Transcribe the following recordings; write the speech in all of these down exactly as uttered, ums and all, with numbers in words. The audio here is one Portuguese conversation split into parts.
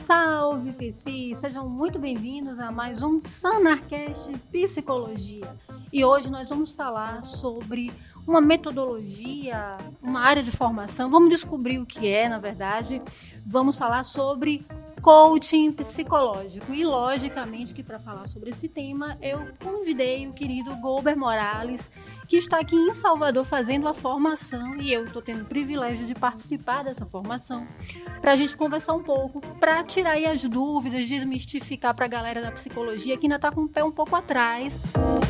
Salve, Psi! Sejam muito bem-vindos a mais um Sanarcast Psicologia. E hoje nós vamos falar sobre uma metodologia, uma área de formação. Vamos descobrir o que é, na verdade. Vamos falar sobre coaching psicológico. E, logicamente, que para falar sobre esse tema, eu convidei o querido Golber Morales, que está aqui em Salvador fazendo a formação, e eu estou tendo o privilégio de participar dessa formação, para a gente conversar um pouco, para tirar aí as dúvidas, desmistificar para a galera da psicologia que ainda está com o pé um pouco atrás.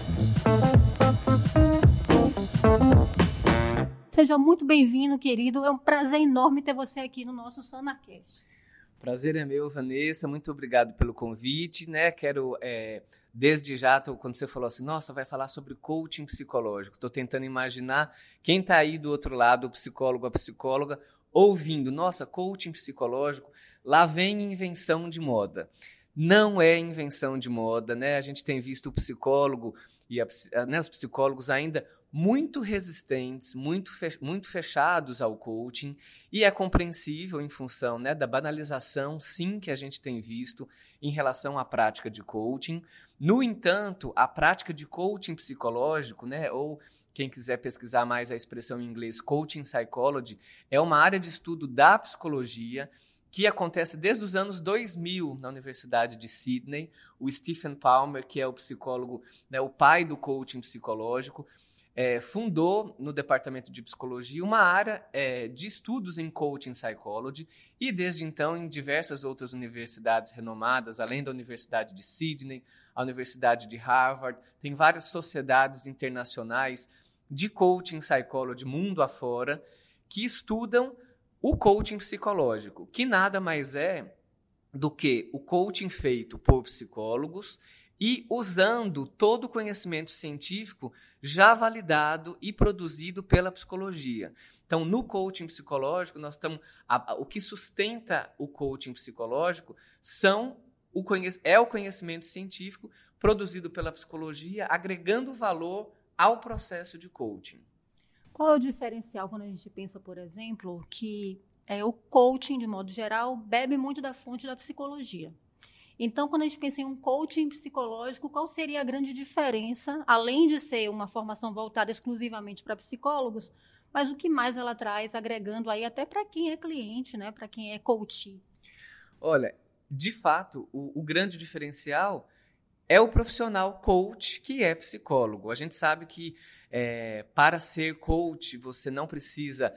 Seja muito bem-vindo, querido. É um prazer enorme ter você aqui no nosso Sanarcast. Prazer é meu, Vanessa, muito obrigado pelo convite, né? Quero, é, desde já, tô, quando você falou assim, nossa, vai falar sobre coaching psicológico, estou tentando imaginar quem está aí do outro lado, o psicólogo, a psicóloga, ouvindo, nossa, coaching psicológico, lá vem invenção de moda. Não é invenção de moda, né? A gente tem visto o psicólogo e a, né, os psicólogos ainda muito resistentes, muito, fe- muito fechados ao coaching, e é compreensível em função, né, da banalização, sim, que a gente tem visto em relação à prática de coaching. No entanto, a prática de coaching psicológico, né, ou quem quiser pesquisar mais a expressão em inglês, coaching psychology, é uma área de estudo da psicologia que acontece desde os anos dois mil na Universidade de Sydney. O Stephen Palmer, que é o psicólogo, né, o pai do coaching psicológico, É, fundou no Departamento de Psicologia uma área é, de estudos em Coaching Psychology e, desde então, em diversas outras universidades renomadas, além da Universidade de Sydney, a Universidade de Harvard, tem várias sociedades internacionais de Coaching Psychology mundo afora que estudam o coaching psicológico, que nada mais é do que o coaching feito por psicólogos e usando todo o conhecimento científico já validado e produzido pela psicologia. Então, no coaching psicológico, nós estamos, a, a, o que sustenta o coaching psicológico são o conhe, é o conhecimento científico produzido pela psicologia, agregando valor ao processo de coaching. Qual é o diferencial quando a gente pensa, por exemplo, que é, o coaching, de modo geral, bebe muito da fonte da psicologia? Então, quando a gente pensa em um coaching psicológico, qual seria a grande diferença, além de ser uma formação voltada exclusivamente para psicólogos, mas o que mais ela traz, agregando aí até para quem é cliente, né, para quem é coach? Olha, de fato, o, o grande diferencial é o profissional coach que é psicólogo. A gente sabe que é, para ser coach, você não precisa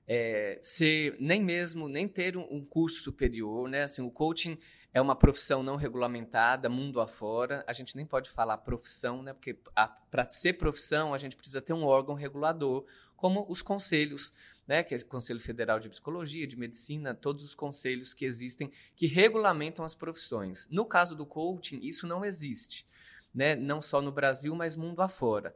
é, ser nem mesmo, nem ter um, um curso superior, né? Assim, o coaching é uma profissão não regulamentada, mundo afora. A gente nem pode falar profissão, né? Porque para ser profissão, a gente precisa ter um órgão regulador, como os conselhos, né? Que é o Conselho Federal de Psicologia, de Medicina, todos os conselhos que existem, que regulamentam as profissões. No caso do coaching, isso não existe, né? Não só no Brasil, mas mundo afora.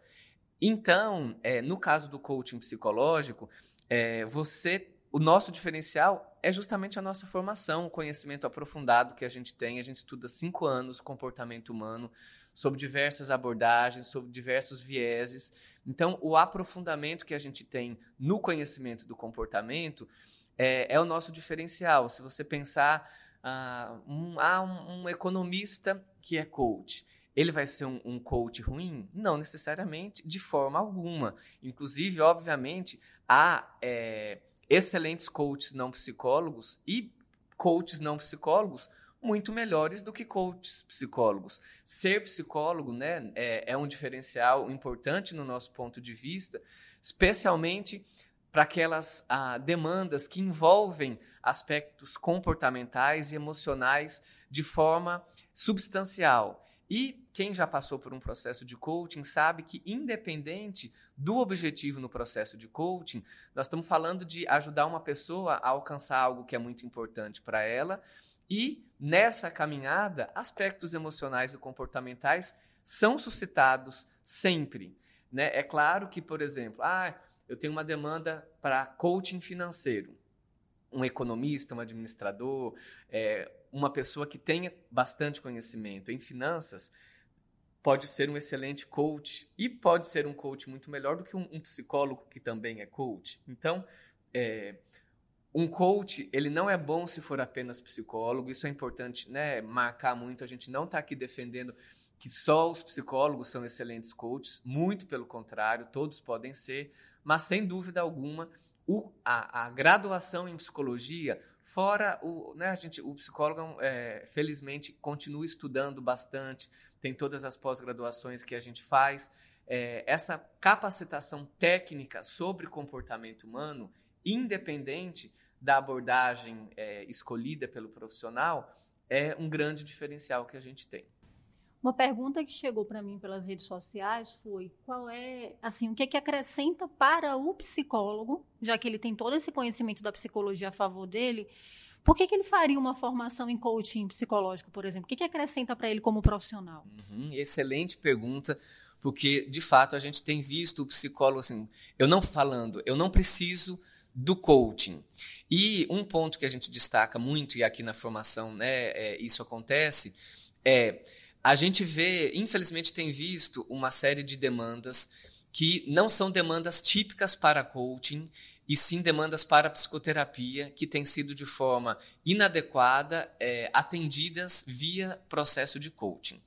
Então, é, no caso do coaching psicológico, é, você... O nosso diferencial é justamente a nossa formação, o conhecimento aprofundado que a gente tem. A gente estuda cinco anos comportamento humano, sobre diversas abordagens, sobre diversos vieses. Então, o aprofundamento que a gente tem no conhecimento do comportamento é, é o nosso diferencial. Se você pensar, ah, um, ah, um, um economista que é coach, ele vai ser um, um coach ruim? Não necessariamente, de forma alguma. Inclusive, obviamente, há... É, excelentes coaches não psicólogos e coaches não psicólogos muito melhores do que coaches psicólogos. Ser psicólogo, né, é, é um diferencial importante no nosso ponto de vista, especialmente para aquelas ah, demandas que envolvem aspectos comportamentais e emocionais de forma substancial. E quem já passou por um processo de coaching sabe que, independente do objetivo no processo de coaching, nós estamos falando de ajudar uma pessoa a alcançar algo que é muito importante para ela, e nessa caminhada, aspectos emocionais e comportamentais são suscitados sempre, né? É claro que, por exemplo, ah, eu tenho uma demanda para coaching financeiro. Um economista, um administrador, é, uma pessoa que tenha bastante conhecimento em finanças pode ser um excelente coach e pode ser um coach muito melhor do que um, um psicólogo que também é coach. Então, é, um coach, ele não é bom se for apenas psicólogo, isso é importante, né, marcar muito, a gente não está aqui defendendo que só os psicólogos são excelentes coaches, muito pelo contrário, todos podem ser, mas sem dúvida alguma, o, a, a graduação em psicologia, fora o, né, a gente, o psicólogo, é, felizmente, continua estudando bastante, tem todas as pós-graduações que a gente faz, é, essa capacitação técnica sobre comportamento humano, independente da abordagem é, escolhida pelo profissional, é um grande diferencial que a gente tem. Uma pergunta que chegou para mim pelas redes sociais foi qual é, assim, o que é que acrescenta para o psicólogo, já que ele tem todo esse conhecimento da psicologia a favor dele, por que que ele faria uma formação em coaching psicológico, por exemplo? O que que acrescenta para ele como profissional? Uhum, excelente pergunta, porque, de fato, a gente tem visto o psicólogo, assim, eu não falando, eu não preciso do coaching. E um ponto que a gente destaca muito, e aqui na formação, né, é, isso acontece, é... A gente vê, infelizmente tem visto uma série de demandas que não são demandas típicas para coaching, e sim demandas para psicoterapia, que têm sido de forma inadequada é, atendidas via processo de coaching.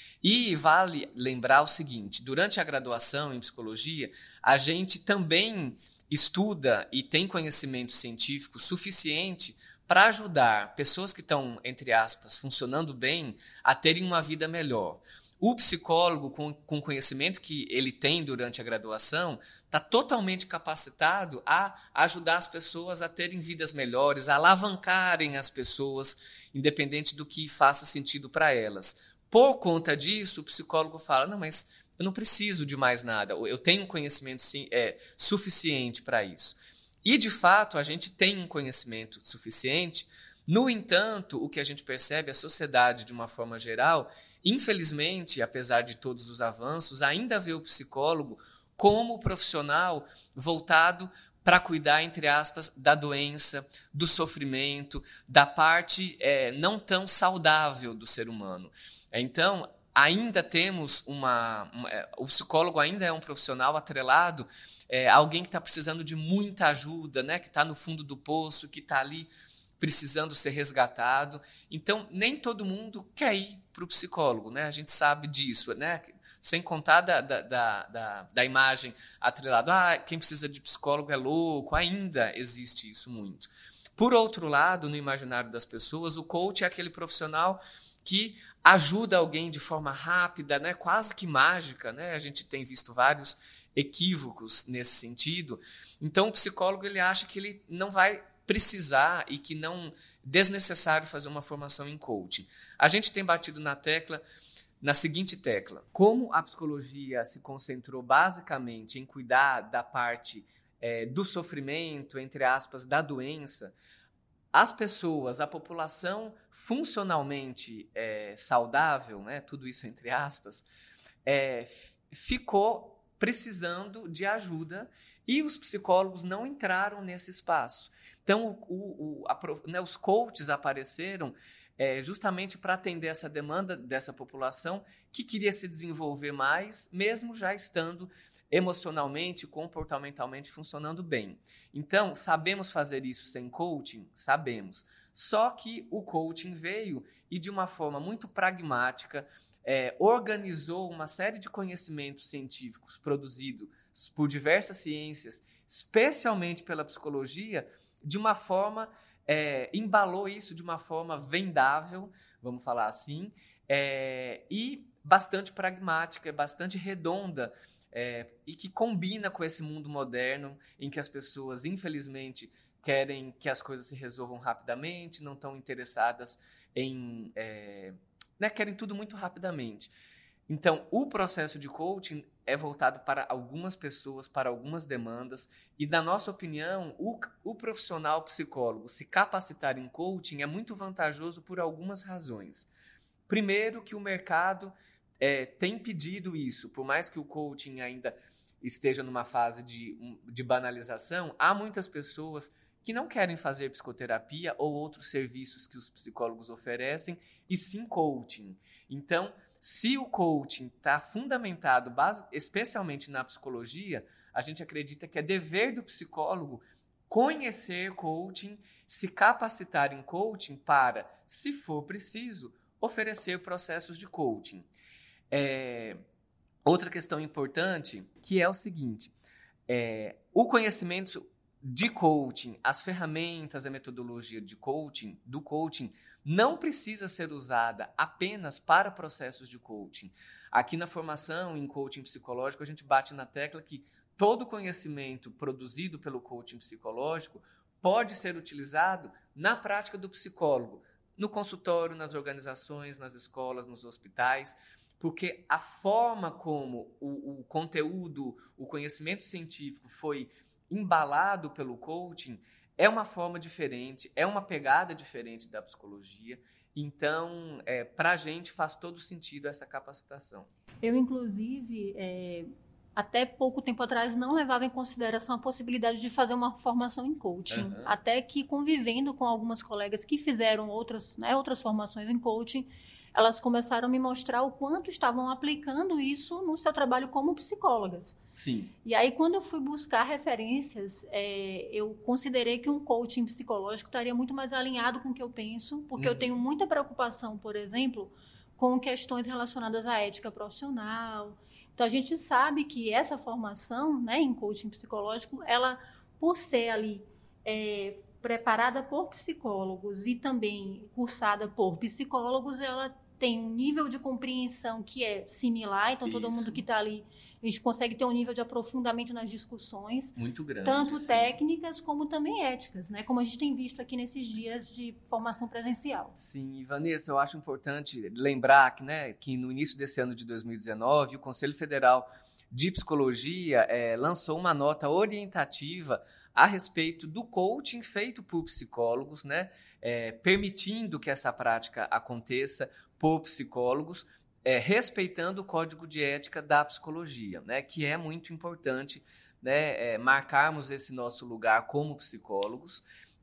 E vale lembrar o seguinte, durante a graduação em psicologia, a gente também estuda e tem conhecimento científico suficiente para ajudar pessoas que estão, entre aspas, funcionando bem, a terem uma vida melhor. O psicólogo, com, com o conhecimento que ele tem durante a graduação, está totalmente capacitado a ajudar as pessoas a terem vidas melhores, a alavancarem as pessoas, independente do que faça sentido para elas. Por conta disso, o psicólogo fala, não, mas eu não preciso de mais nada, eu tenho conhecimento sim, é, suficiente para isso. E, de fato, a gente tem um conhecimento suficiente. No entanto, o que a gente percebe, a sociedade, de uma forma geral, infelizmente, apesar de todos os avanços, ainda vê o psicólogo como profissional voltado para cuidar, entre aspas, da doença, do sofrimento, da parte é, não tão saudável do ser humano. Então, ainda temos uma, uma... O psicólogo ainda é um profissional atrelado, é, alguém que está precisando de muita ajuda, né? Que está no fundo do poço, que está ali precisando ser resgatado. Então, nem todo mundo quer ir para o psicólogo, né? A gente sabe disso, né? Sem contar da, da, da, da, da imagem atrelada. Ah, quem precisa de psicólogo é louco. Ainda existe isso muito. Por outro lado, no imaginário das pessoas, o coach é aquele profissional que ajuda alguém de forma rápida, né? Quase que mágica, né? A gente tem visto vários equívocos nesse sentido. Então, o psicólogo ele acha que ele não vai precisar e que não é desnecessário fazer uma formação em coaching. A gente tem batido na tecla, na seguinte tecla. Como a psicologia se concentrou basicamente em cuidar da parte é, do sofrimento, entre aspas, da doença, as pessoas, a população funcionalmente é, saudável, né, tudo isso entre aspas, é, ficou precisando de ajuda e os psicólogos não entraram nesse espaço. Então, o, o, a, né, os coaches apareceram é, justamente para atender essa demanda dessa população que queria se desenvolver mais, mesmo já estando emocionalmente, comportamentalmente funcionando bem. Então, sabemos fazer isso sem coaching? Sabemos. Só que o coaching veio e, de uma forma muito pragmática, é, organizou uma série de conhecimentos científicos produzidos por diversas ciências, especialmente pela psicologia, de uma forma, é, embalou isso de uma forma vendável, vamos falar assim, é, e bastante pragmática, bastante redonda, é, e que combina com esse mundo moderno em que as pessoas, infelizmente, querem que as coisas se resolvam rapidamente, não estão interessadas em... É, né, querem tudo muito rapidamente. Então, o processo de coaching é voltado para algumas pessoas, para algumas demandas, e, na nossa opinião, o, o profissional psicólogo se capacitar em coaching é muito vantajoso por algumas razões. Primeiro, que o mercado é, tem pedido isso, por mais que o coaching ainda esteja numa fase de, de banalização, há muitas pessoas que não querem fazer psicoterapia ou outros serviços que os psicólogos oferecem, e sim coaching. Então, se o coaching está fundamentado, base, especialmente na psicologia, a gente acredita que é dever do psicólogo conhecer coaching, se capacitar em coaching para, se for preciso, oferecer processos de coaching. É, outra questão importante, que é o seguinte, é, o conhecimento de coaching, as ferramentas, a metodologia de coaching, do coaching, não precisa ser usada apenas para processos de coaching. Aqui na formação em coaching psicológico, a gente bate na tecla que todo conhecimento produzido pelo coaching psicológico pode ser utilizado na prática do psicólogo, no consultório, nas organizações, nas escolas, nos hospitais, porque a forma como o, o conteúdo, o conhecimento científico foi embalado pelo coaching é uma forma diferente, é uma pegada diferente da psicologia. Então, é, para a gente faz todo sentido essa capacitação. Eu, inclusive, é, até pouco tempo atrás não levava em consideração a possibilidade de fazer uma formação em coaching. Uhum. Até que, convivendo com algumas colegas que fizeram outras, né, outras formações em coaching, elas começaram a me mostrar o quanto estavam aplicando isso no seu trabalho como psicólogas. Sim. E aí, quando eu fui buscar referências, é, eu considerei que um coaching psicológico estaria muito mais alinhado com o que eu penso, porque uhum. eu tenho muita preocupação, por exemplo, com questões relacionadas à ética profissional. Então, a gente sabe que essa formação, né, em coaching psicológico, ela, por ser ali é, preparada por psicólogos e também cursada por psicólogos, ela tem um nível de compreensão que é similar, então todo Isso. mundo que está ali, a gente consegue ter um nível de aprofundamento nas discussões. Muito grande. Tanto sim. técnicas como também éticas, né? Como a gente tem visto aqui nesses dias de formação presencial. Sim, e Vanessa, eu acho importante lembrar que, né, que no início desse ano de dois mil e dezenove, o Conselho Federal de Psicologia é, lançou uma nota orientativa a respeito do coaching feito por psicólogos, né, é, permitindo que essa prática aconteça por psicólogos, é, respeitando o código de ética da psicologia, né, que é muito importante, né, é, marcarmos esse nosso lugar como psicólogos.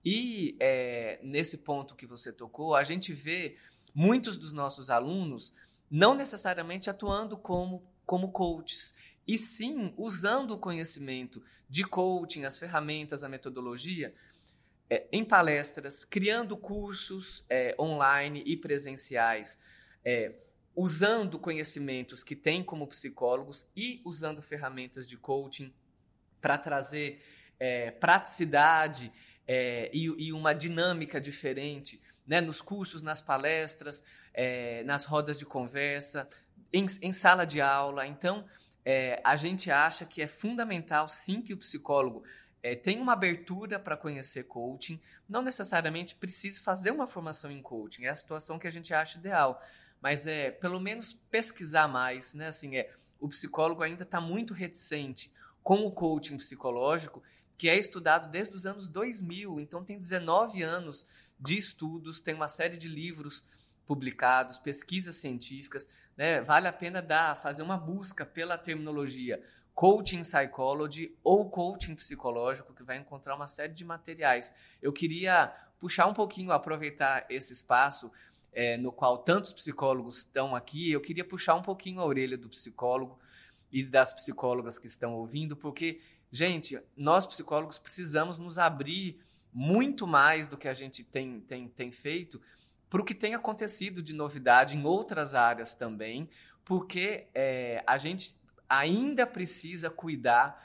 E é, nesse ponto que você tocou, a gente vê muitos dos nossos alunos não necessariamente atuando como, como coaches, e sim usando o conhecimento de coaching, as ferramentas, a metodologia, é, em palestras, criando cursos é, online e presenciais, é, usando conhecimentos que têm como psicólogos e usando ferramentas de coaching para trazer é, praticidade é, e, e uma dinâmica diferente, né, nos cursos, nas palestras, é, nas rodas de conversa, em, em sala de aula. Então, É, a gente acha que é fundamental, sim, que o psicólogo é, tenha uma abertura para conhecer coaching, não necessariamente precise fazer uma formação em coaching, é a situação que a gente acha ideal, mas é pelo menos pesquisar mais, né? Assim, é, o psicólogo ainda está muito reticente com o coaching psicológico, que é estudado desde os anos dois mil, então tem dezenove anos de estudos, tem uma série de livros publicados, pesquisas científicas, né? Vale a pena dar, fazer uma busca pela terminologia coaching psychology ou coaching psicológico, que vai encontrar uma série de materiais. Eu queria puxar um pouquinho, aproveitar esse espaço é, no qual tantos psicólogos estão aqui, eu queria puxar um pouquinho a orelha do psicólogo e das psicólogas que estão ouvindo, porque, gente, nós psicólogos precisamos nos abrir muito mais do que a gente tem, tem, tem feito para o que tem acontecido de novidade em outras áreas também, porque é, a gente ainda precisa cuidar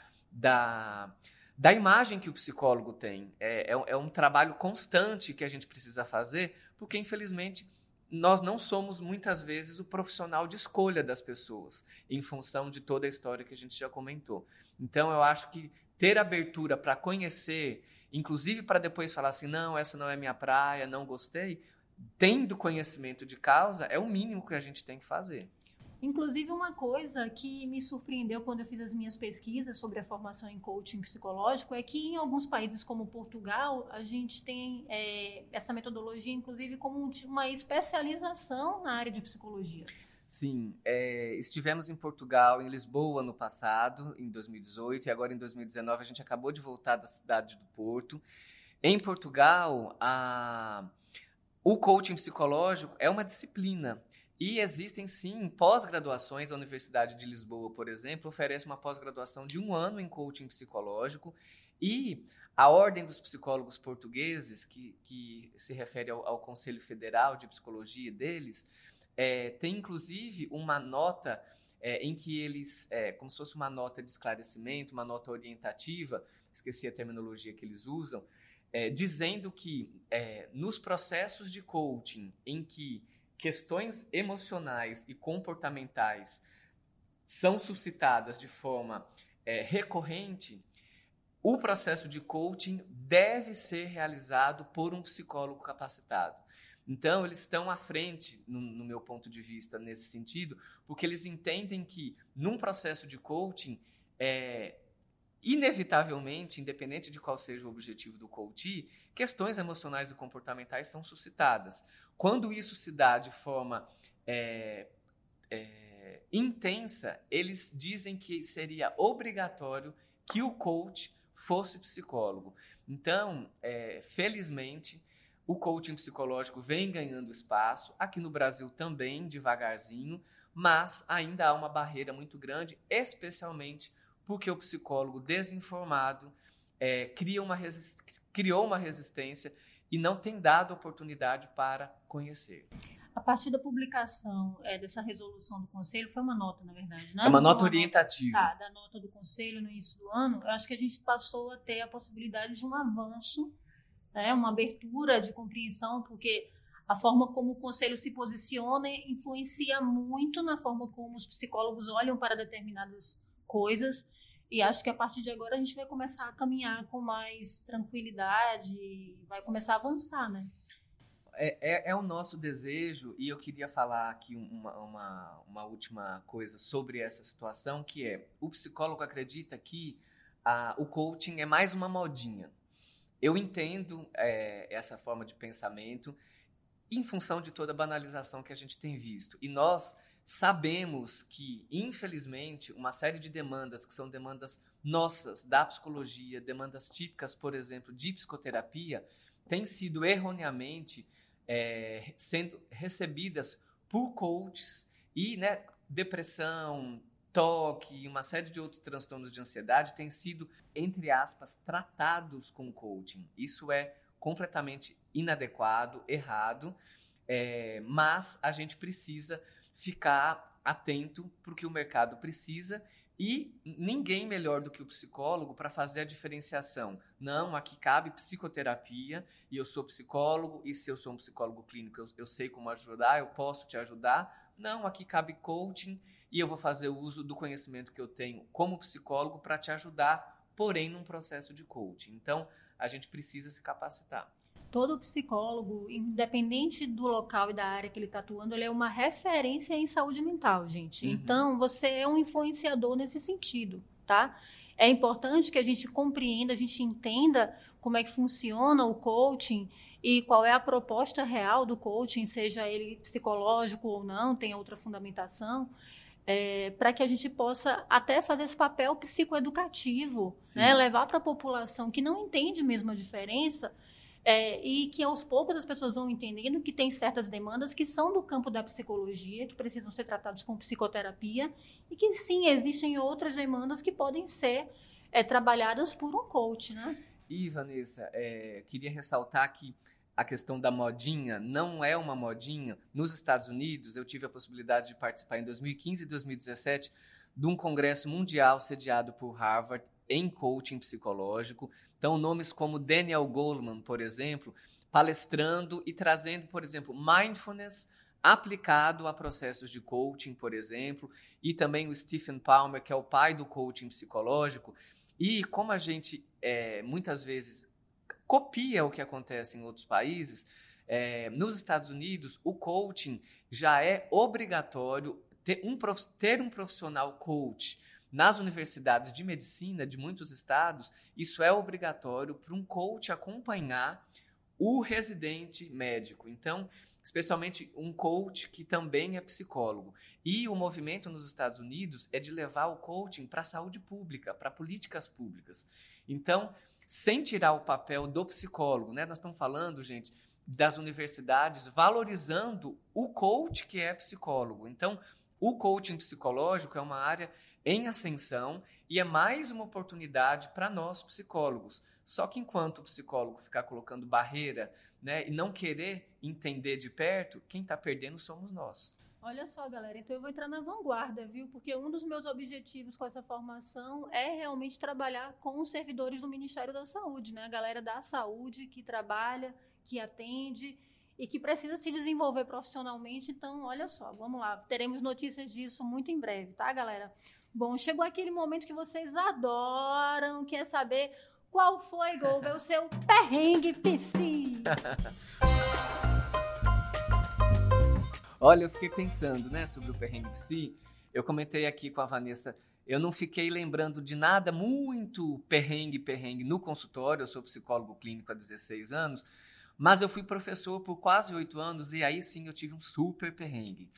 da, da imagem que o psicólogo tem. É, é, é um trabalho constante que a gente precisa fazer, porque, infelizmente, nós não somos, muitas vezes, o profissional de escolha das pessoas, em função de toda a história que a gente já comentou. Então, eu acho que ter abertura para conhecer, inclusive para depois falar assim, não, essa não é minha praia, não gostei, tendo conhecimento de causa, é o mínimo que a gente tem que fazer. Inclusive, uma coisa que me surpreendeu quando eu fiz as minhas pesquisas sobre a formação em coaching psicológico é que em alguns países como Portugal, a gente tem é, essa metodologia, inclusive, como uma especialização na área de psicologia. Sim, é, estivemos em Portugal, em Lisboa, no passado, em dois mil e dezoito, e agora em dois mil e dezenove a gente acabou de voltar da cidade do Porto. Em Portugal, a... o coaching psicológico é uma disciplina e existem, sim, pós-graduações. A Universidade de Lisboa, por exemplo, oferece uma pós-graduação de um ano em coaching psicológico e a Ordem dos Psicólogos Portugueses, que, que se refere ao, ao Conselho Federal de Psicologia deles, é, tem inclusive uma nota é, em que eles, é, como se fosse uma nota de esclarecimento, uma nota orientativa, esqueci a terminologia que eles usam, é, dizendo que é, nos processos de coaching em que questões emocionais e comportamentais são suscitadas de forma é, recorrente, o processo de coaching deve ser realizado por um psicólogo capacitado. Então, eles estão à frente, no, no meu ponto de vista, nesse sentido, porque eles entendem que, num processo de coaching, é, inevitavelmente, independente de qual seja o objetivo do coach, questões emocionais e comportamentais são suscitadas. Quando isso se dá de forma é, é, intensa, eles dizem que seria obrigatório que o coach fosse psicólogo. Então, é, felizmente, o coaching psicológico vem ganhando espaço, aqui no Brasil também, devagarzinho, mas ainda há uma barreira muito grande, especialmente porque o psicólogo desinformado é, cria uma resist... criou uma resistência e não tem dado oportunidade para conhecer. A partir da publicação é, dessa resolução do Conselho, foi uma nota, na verdade, né? É uma nota uma orientativa. Nota, tá, da nota do Conselho no início do ano, eu acho que a gente passou a ter a possibilidade de um avanço, né, uma abertura de compreensão, porque a forma como o Conselho se posiciona influencia muito na forma como os psicólogos olham para determinadas coisas, e acho que a partir de agora a gente vai começar a caminhar com mais tranquilidade, vai começar a avançar, né? É, é, é o nosso desejo, e eu queria falar aqui uma, uma, uma última coisa sobre essa situação, que é, o psicólogo acredita que a, o coaching é mais uma modinha. Eu entendo é, essa forma de pensamento em função de toda a banalização que a gente tem visto. E nós sabemos que, infelizmente, uma série de demandas que são demandas nossas, da psicologia, demandas típicas, por exemplo, de psicoterapia, têm sido erroneamente É, sendo recebidas por coaches e, né, depressão, toque e uma série de outros transtornos de ansiedade têm sido, entre aspas, tratados com coaching. Isso é completamente inadequado, errado, é, mas a gente precisa ficar atento para o que o mercado precisa. E ninguém melhor do que o psicólogo para fazer a diferenciação. Não, aqui cabe psicoterapia e eu sou psicólogo, e se eu sou um psicólogo clínico, eu, eu sei como ajudar, eu posso te ajudar. Não, aqui cabe coaching e eu vou fazer uso do conhecimento que eu tenho como psicólogo para te ajudar, porém num processo de coaching. Então, a gente precisa se capacitar. Todo psicólogo, independente do local e da área que ele está atuando, ele é uma referência em saúde mental, gente. Uhum. Então, você é um influenciador nesse sentido, tá? É importante que a gente compreenda, a gente entenda como é que funciona o coaching e qual é a proposta real do coaching, seja ele psicológico ou não, tem outra fundamentação, é, para que a gente possa até fazer esse papel psicoeducativo, né? Levar para a população que não entende mesmo a diferença. É, e que aos poucos as pessoas vão entendendo que tem certas demandas que são do campo da psicologia, que precisam ser tratadas com psicoterapia, e que sim, existem outras demandas que podem ser é, trabalhadas por um coach, né? E, Vanessa, é, queria ressaltar que a questão da modinha não é uma modinha. Nos Estados Unidos, eu tive a possibilidade de participar em dois mil e quinze e dois mil e dezessete de um congresso mundial sediado por Harvard, em coaching psicológico. Então, nomes como Daniel Goleman, por exemplo, palestrando e trazendo, por exemplo, mindfulness aplicado a processos de coaching, por exemplo, e também o Stephen Palmer, que é o pai do coaching psicológico. E como a gente é, muitas vezes copia o que acontece em outros países, é, nos Estados Unidos, o coaching já é obrigatório ter um, ter um profissional coach. Nas universidades de medicina de muitos estados, isso é obrigatório para um coach acompanhar o residente médico. Então, especialmente um coach que também é psicólogo. E o movimento nos Estados Unidos é de levar o coaching para a saúde pública, para políticas públicas. Então, sem tirar o papel do psicólogo, né? Nós estamos falando, gente, das universidades valorizando o coach que é psicólogo. Então, o coaching psicológico é uma área em ascensão e é mais uma oportunidade para nós psicólogos. Só que enquanto o psicólogo ficar colocando barreira, né, e não querer entender de perto, quem está perdendo somos nós. Olha só, galera, então eu vou entrar na vanguarda, viu? Porque um dos meus objetivos com essa formação é realmente trabalhar com os servidores do Ministério da Saúde, né? A galera da saúde que trabalha, que atende e que precisa se desenvolver profissionalmente. Então, olha só, vamos lá, teremos notícias disso muito em breve, tá, galera? Bom, chegou aquele momento que vocês adoram, quer saber qual foi, Golber, o seu perrengue psi? Olha, eu fiquei pensando, né, sobre o perrengue psi. Eu comentei aqui com a Vanessa, eu não fiquei lembrando de nada muito perrengue, perrengue no consultório. Eu sou psicólogo clínico há dezesseis anos, mas eu fui professor por quase oito anos e aí sim eu tive um super perrengue.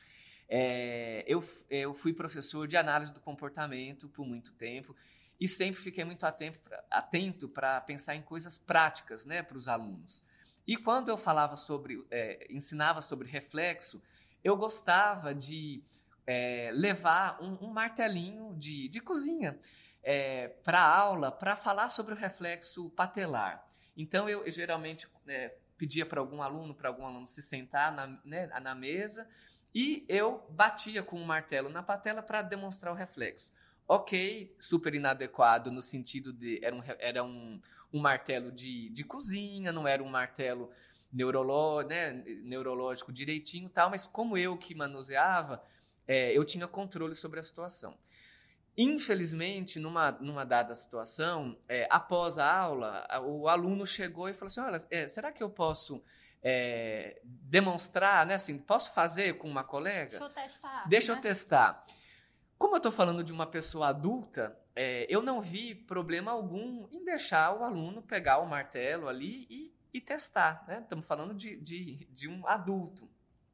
É, eu, eu fui professor de análise do comportamento por muito tempo e sempre fiquei muito atento para pensar em coisas práticas, né, para os alunos. E quando eu falava sobre, é, ensinava sobre reflexo, eu gostava de é, levar um, um martelinho de, de cozinha é, para a aula para falar sobre o reflexo patelar. Então, eu, eu geralmente é, pedia para algum aluno, para algum aluno se sentar na, né, na mesa e eu batia com o martelo na patela para demonstrar o reflexo. Ok, super inadequado no sentido de era um, era um, um martelo de, de cozinha, não era um martelo neuroló, né, neurológico direitinho e tal, mas como eu que manuseava, é, eu tinha controle sobre a situação. Infelizmente, numa, numa dada situação, é, após a aula, o aluno chegou e falou assim, olha, é, será que eu posso é, demonstrar, né, assim, posso fazer com uma colega? Deixa eu testar. Deixa né? eu testar. Como eu estou falando de uma pessoa adulta, é, eu não vi problema algum em deixar o aluno pegar o martelo ali e, e testar, né? Estamos falando de, de, de um adulto.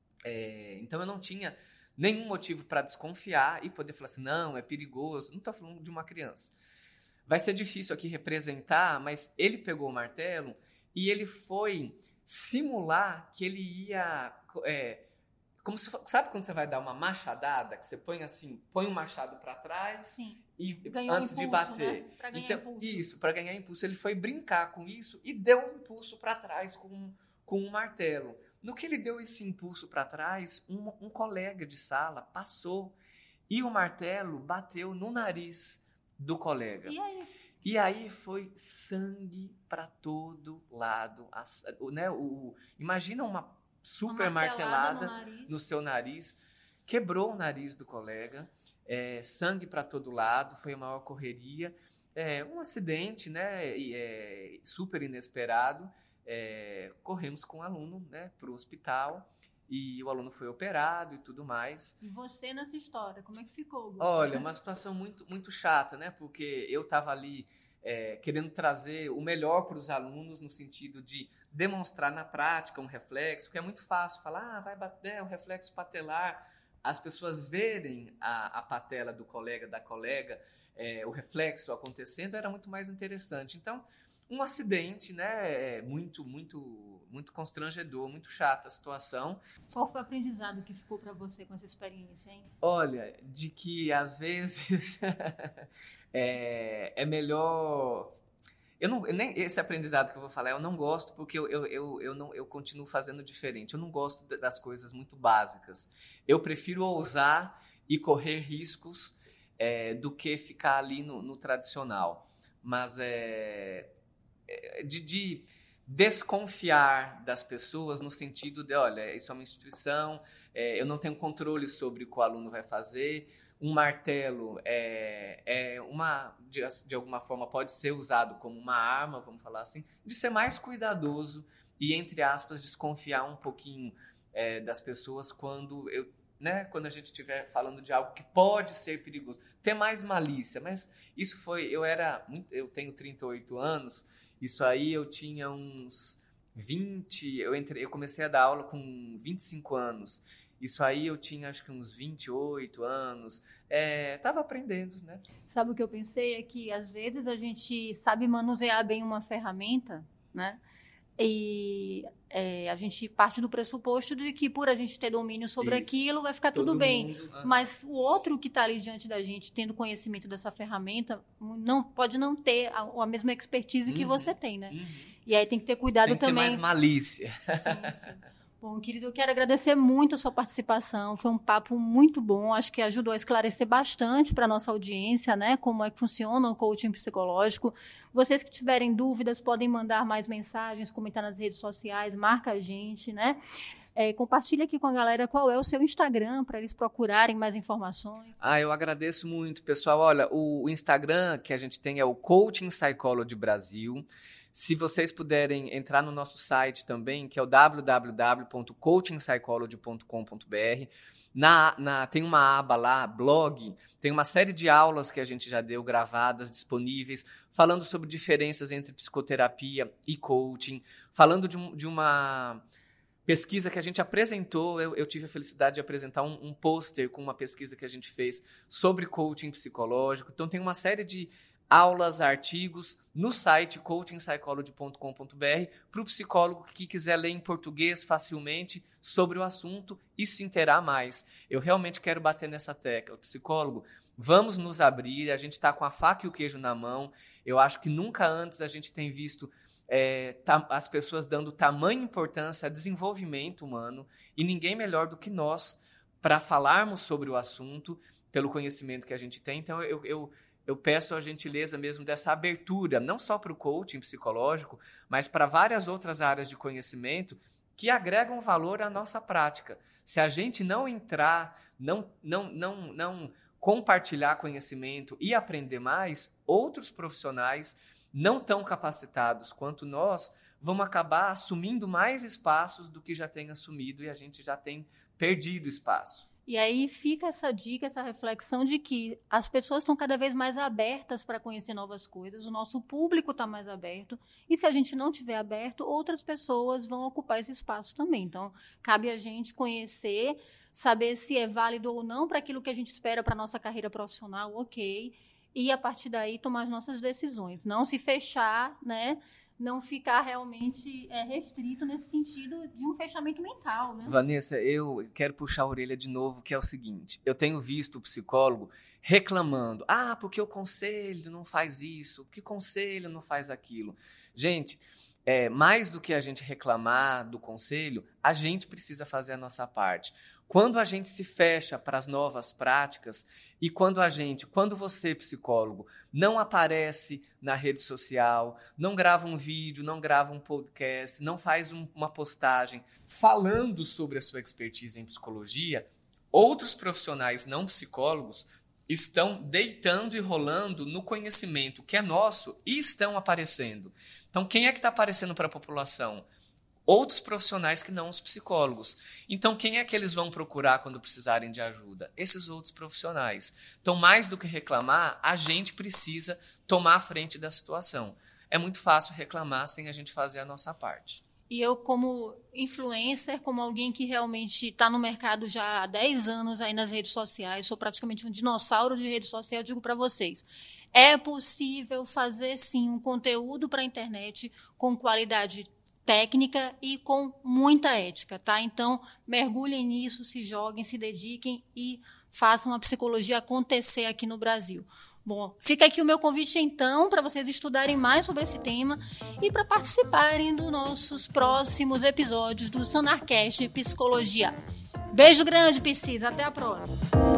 É, então, eu não tinha nenhum motivo para desconfiar e poder falar assim, não, é perigoso. Não estou falando de uma criança. Vai ser difícil aqui representar, mas ele pegou o martelo e ele foi simular que ele ia... É, como se, sabe quando você vai dar uma machadada, que você põe assim, põe um machado para trás Sim. e Ganhou antes impulso, de bater. Né? Pra ganhar então, impulso. Isso, para ganhar impulso. Ele foi brincar com isso e deu um impulso para trás com, com um martelo. No que ele deu esse impulso para trás, um, um colega de sala passou e o martelo bateu no nariz do colega. E aí? E aí foi sangue para todo lado. A, né, o, imagina uma super Uma martelada martelada no, no seu nariz, quebrou o nariz do colega, é, sangue para todo lado, foi a maior correria, é, um acidente, né, e, é, super inesperado, é, corremos com o aluno, né, para o hospital e o aluno foi operado e tudo mais. E você nessa história, como é que ficou? Gu? Olha, uma situação muito, muito chata, né, porque eu estava ali É, querendo trazer o melhor para os alunos no sentido de demonstrar na prática um reflexo, que é muito fácil falar, ah, vai bater, é um reflexo patelar, as pessoas verem a, a patela do colega, da colega, é, o reflexo acontecendo, era muito mais interessante. Então, um acidente, né, muito, muito, muito constrangedor, muito chata a situação. Qual foi o aprendizado que ficou para você com essa experiência, hein? Olha, de que às vezes é, é melhor... Eu não, nem esse aprendizado que eu vou falar, eu não gosto porque eu, eu, eu, eu, não, eu continuo fazendo diferente. Eu não gosto das coisas muito básicas. Eu prefiro ousar e correr riscos é, do que ficar ali no, no tradicional. Mas é, de, de desconfiar das pessoas no sentido de, olha, isso é uma instituição, é, eu não tenho controle sobre o que o aluno vai fazer. Um martelo é, é uma, de, de alguma forma pode ser usado como uma arma, vamos falar assim, de ser mais cuidadoso e, entre aspas, desconfiar um pouquinho é, das pessoas quando, eu, né, quando a gente estiver falando de algo que pode ser perigoso. Ter mais malícia, mas isso foi, eu era, muito, eu tenho trinta e oito anos, isso aí eu tinha uns vinte, eu, entrei, eu comecei a dar aula com vinte e cinco anos. Isso aí eu tinha acho que uns vinte e oito anos, é, tava aprendendo, né? Sabe o que eu pensei? É que às vezes a gente sabe manusear bem uma ferramenta, né? E é, a gente parte do pressuposto de que por a gente ter domínio sobre Isso. aquilo vai ficar Todo tudo bem. mundo, ah. Mas o outro que está ali diante da gente, tendo conhecimento dessa ferramenta, não, pode não ter a, a mesma expertise Uhum. que você tem, né? Uhum. E aí tem que ter cuidado tem que também. ter mais malícia. Sim, sim. Bom, querido, eu quero agradecer muito a sua participação. Foi um papo muito bom. Acho que ajudou a esclarecer bastante para a nossa audiência, né? Como é que funciona o coaching psicológico. Vocês que tiverem dúvidas, podem mandar mais mensagens, comentar nas redes sociais, marca a gente, né? É, compartilha aqui com a galera qual é o seu Instagram para eles procurarem mais informações. Ah, eu agradeço muito, pessoal. Olha, o Instagram que a gente tem é o Coaching Psychology Brasil. Se vocês puderem entrar no nosso site também, que é o w w w ponto coaching psychology ponto com ponto b r, na, na, tem uma aba lá, blog, tem uma série de aulas que a gente já deu, gravadas, disponíveis, falando sobre diferenças entre psicoterapia e coaching, falando de, um, de uma pesquisa que a gente apresentou, eu, eu tive a felicidade de apresentar um, um pôster com uma pesquisa que a gente fez sobre coaching psicológico. Então tem uma série de aulas, artigos no site coaching psychology ponto com ponto b r para o psicólogo que quiser ler em português facilmente sobre o assunto e se inteirar mais. Eu realmente quero bater nessa tecla. Psicólogo, vamos nos abrir, a gente está com a faca e o queijo na mão. Eu acho que nunca antes a gente tem visto é, tá, as pessoas dando tamanha importância a desenvolvimento humano e ninguém melhor do que nós para falarmos sobre o assunto pelo conhecimento que a gente tem. Então, eu... eu Eu peço a gentileza mesmo dessa abertura, não só para o coaching psicológico, mas para várias outras áreas de conhecimento que agregam valor à nossa prática. Se a gente não entrar, não, não, não, não compartilhar conhecimento e aprender mais, outros profissionais não tão capacitados quanto nós vão acabar assumindo mais espaços do que já tem assumido e a gente já tem perdido espaço. E aí fica essa dica, essa reflexão de que as pessoas estão cada vez mais abertas para conhecer novas coisas, o nosso público está mais aberto, e se a gente não estiver aberto, outras pessoas vão ocupar esse espaço também. Então, cabe a gente conhecer, saber se é válido ou não para aquilo que a gente espera para a nossa carreira profissional, ok, e a partir daí tomar as nossas decisões. Não se fechar, né? Não ficar realmente é, restrito nesse sentido de um fechamento mental, né? Vanessa, eu quero puxar a orelha de novo, que é o seguinte, eu tenho visto o psicólogo reclamando, ah, porque o conselho não faz isso, que conselho não faz aquilo. Gente, é, mais do que a gente reclamar do conselho, a gente precisa fazer a nossa parte. Quando a gente se fecha para as novas práticas e quando a gente, quando você, psicólogo, não aparece na rede social, não grava um vídeo, não grava um podcast, não faz um, uma postagem falando sobre a sua expertise em psicologia, outros profissionais não psicólogos estão deitando e rolando no conhecimento que é nosso e estão aparecendo. Então, quem é que está aparecendo para a população? Outros profissionais que não os psicólogos. Então, quem é que eles vão procurar quando precisarem de ajuda? Esses outros profissionais. Então, mais do que reclamar, a gente precisa tomar a frente da situação. É muito fácil reclamar sem a gente fazer a nossa parte. E eu, como influencer, como alguém que realmente está no mercado já há dez anos aí nas redes sociais, sou praticamente um dinossauro de rede social, eu digo para vocês, é possível fazer, sim, um conteúdo para a internet com qualidade técnica e com muita ética, tá? Então, mergulhem nisso, se joguem, se dediquem e façam a psicologia acontecer aqui no Brasil. Bom, fica aqui o meu convite, então, para vocês estudarem mais sobre esse tema e para participarem dos nossos próximos episódios do Sanarcast Psicologia. Beijo grande, Psis. Até a próxima.